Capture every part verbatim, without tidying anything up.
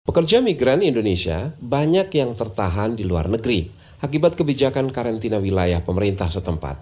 Pekerja migran Indonesia banyak yang tertahan di luar negeri akibat kebijakan karantina wilayah pemerintah setempat.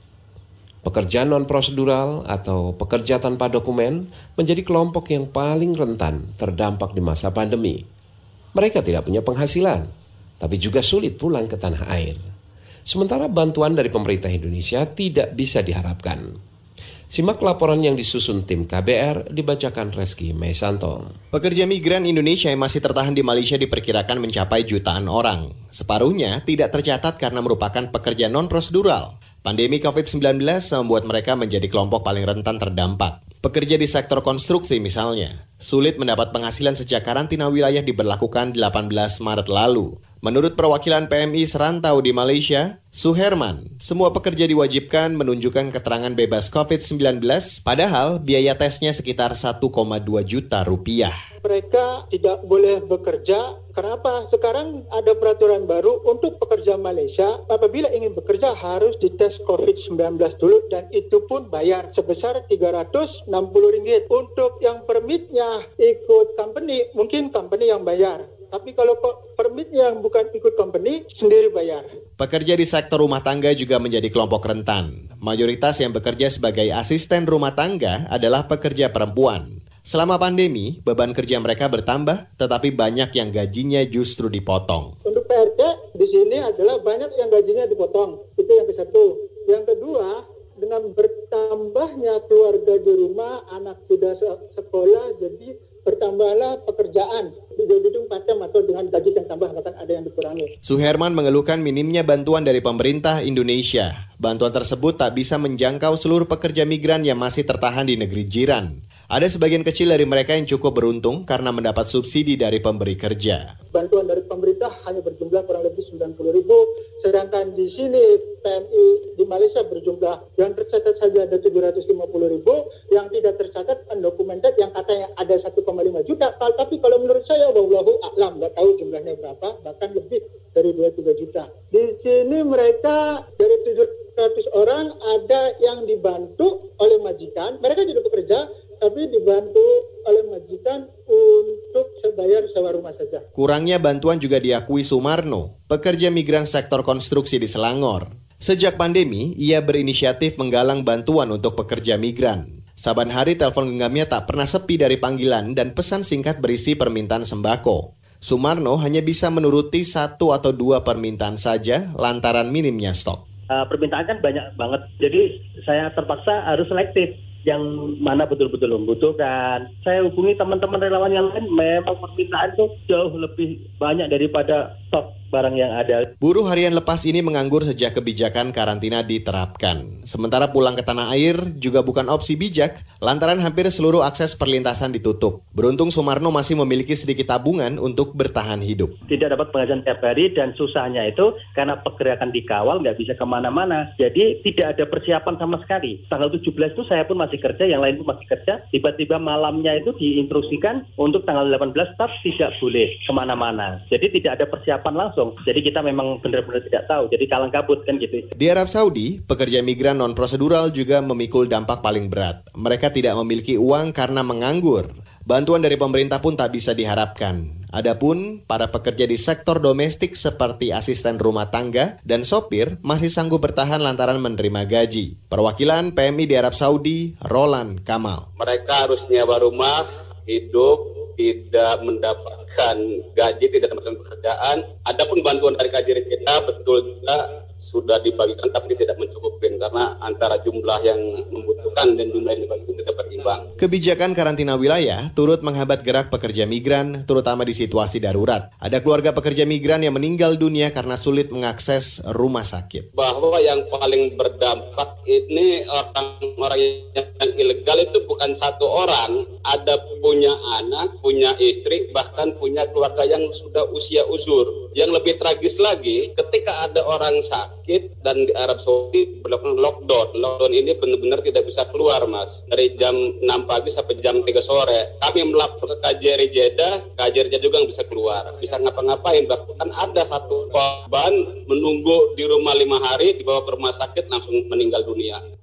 Pekerja non-prosedural atau pekerja tanpa dokumen menjadi kelompok yang paling rentan terdampak di masa pandemi. Mereka tidak punya penghasilan, tapi juga sulit pulang ke tanah air. Sementara bantuan dari pemerintah Indonesia tidak bisa diharapkan. Simak laporan yang disusun tim K B R dibacakan Reski Mesanto. Pekerja migran Indonesia yang masih tertahan di Malaysia diperkirakan mencapai jutaan orang. Separuhnya tidak tercatat karena merupakan pekerja non-prosedural. Pandemi covid sembilan belas membuat mereka menjadi kelompok paling rentan terdampak. Pekerja di sektor konstruksi misalnya, sulit mendapat penghasilan sejak karantina wilayah diberlakukan delapan belas Maret lalu. Menurut perwakilan P M I Serantau di Malaysia, Suherman, semua pekerja diwajibkan menunjukkan keterangan bebas covid sembilan belas, padahal biaya tesnya sekitar satu koma dua juta rupiah. Mereka tidak boleh bekerja. Kenapa? Sekarang ada peraturan baru untuk pekerja Malaysia. Apabila ingin bekerja harus dites covid sembilan belas dulu dan itu pun bayar sebesar tiga ratus enam puluh ringgit. Untuk yang permitnya ikut company, mungkin company yang bayar. Tapi kalau permit yang bukan ikut company, sendiri bayar. Pekerja di sektor rumah tangga juga menjadi kelompok rentan. Mayoritas yang bekerja sebagai asisten rumah tangga adalah pekerja perempuan. Selama pandemi, beban kerja mereka bertambah, tetapi banyak yang gajinya justru dipotong. Untuk P R T, di sini adalah banyak yang gajinya dipotong. Itu yang ke satu. Yang kedua, dengan bertambahnya keluarga di rumah, anak sudah sekolah, jadi bertambahlah pekerjaan. Bidung-bidung macam atau dengan gaji yang tambah, bahkan ada yang dikurangi. Suherman mengeluhkan minimnya bantuan dari pemerintah Indonesia. Bantuan tersebut tak bisa menjangkau seluruh pekerja migran yang masih tertahan di negeri jiran. Ada sebagian kecil dari mereka yang cukup beruntung karena mendapat subsidi dari pemberi kerja. Bantuan dari pemerintah hanya berjumlah kurang lebih sembilan puluh ribu, sedangkan di sini P M I di Malaysia berjumlah yang tercatat saja ada tujuh ratus lima puluh ribu, yang tidak tercatat undocumented yang katanya ada satu koma lima juta. Tapi kalau menurut saya, wallahu a'lam, nggak tahu jumlahnya berapa, bahkan lebih dari dua puluh tiga juta. Di sini mereka dari tujuh ratus orang ada yang dibantu oleh majikan, mereka tidak bekerja, tapi dibantu oleh majikan untuk bayar sewa rumah saja. Kurangnya bantuan juga diakui Sumarno, pekerja migran sektor konstruksi di Selangor. Sejak pandemi, ia berinisiatif menggalang bantuan untuk pekerja migran. Saban hari telepon genggamnya tak pernah sepi dari panggilan dan pesan singkat berisi permintaan sembako. Sumarno hanya bisa menuruti satu atau dua permintaan saja lantaran minimnya stok. Uh, permintaan kan banyak banget, jadi saya terpaksa harus selektif. Yang mana betul-betul membutuhkan. Saya hubungi teman-teman relawan yang lain, memang permintaan itu jauh lebih banyak daripada stok barang yang ada. Buruh harian lepas ini menganggur sejak kebijakan karantina diterapkan. Sementara pulang ke tanah air juga bukan opsi bijak, lantaran hampir seluruh akses perlintasan ditutup. Beruntung Sumarno masih memiliki sedikit tabungan untuk bertahan hidup. Tidak dapat penghasilan tiap hari dan susahnya itu karena pergerakan dikawal, nggak bisa kemana-mana. Jadi tidak ada persiapan sama sekali. Tanggal tujuh belas itu saya pun masih kerja, yang lain pun masih kerja. Tiba-tiba malamnya itu diinstruksikan untuk tanggal delapan belas tetap tidak boleh kemana-mana. Jadi tidak ada persiapan langsung. Jadi kita memang benar-benar tidak tahu. Jadi kalang kabut kan gitu. Di Arab Saudi, pekerja migran non-prosedural juga memikul dampak paling berat. Mereka tidak memiliki uang karena menganggur. Bantuan dari pemerintah pun tak bisa diharapkan. Adapun para pekerja di sektor domestik seperti asisten rumah tangga dan sopir masih sanggup bertahan lantaran menerima gaji. Perwakilan P M I di Arab Saudi, Roland Kamal. Mereka harus nyewa rumah, hidup, tidak mendapatkan gaji, tidak mendapatkan pekerjaan. Adapun bantuan dari K J R I kita betul juga sudah dibagikan, tapi tidak mencukupi karena antara jumlah yang membutuhkan dan jumlah yang dibagi itu tidak berimbang. Kebijakan karantina wilayah turut menghambat gerak pekerja migran, terutama di situasi darurat. Ada keluarga pekerja migran yang meninggal dunia karena sulit mengakses rumah sakit. Bahwa yang paling berdampak ini orang-orang yang ilegal itu bukan satu orang, ada punya anak, punya istri, bahkan punya keluarga yang sudah usia uzur. Yang lebih tragis lagi, ketika ada orang sakit, sakit dan di Arab Saudi berlakukan lockdown. Lockdown ini benar-benar tidak bisa keluar, Mas. Dari jam enam pagi sampai jam tiga sore. Kami melapor ke K J R I Jeddah, K J R I Jeddah juga nggak bisa keluar. Bisa ngapa-ngapain, bahkan ada satu korban menunggu di rumah lima hari, dibawa ke rumah sakit langsung meninggal dunia.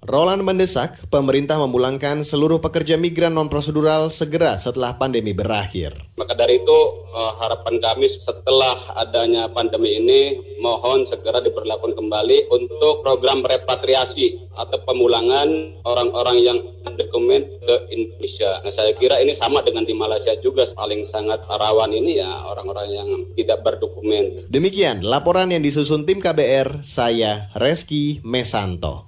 Roland mendesak pemerintah memulangkan seluruh pekerja migran non-prosedural segera setelah pandemi berakhir. Maka dari itu harapan kami setelah adanya pandemi ini mohon segera diberlakukan kembali untuk program repatriasi atau pemulangan orang-orang yang dokumen ke Indonesia. Nah, saya kira ini sama dengan di Malaysia juga, paling sangat rawan ini ya orang-orang yang tidak berdokumen. Demikian laporan yang disusun tim K B R, saya Reski Mesanto.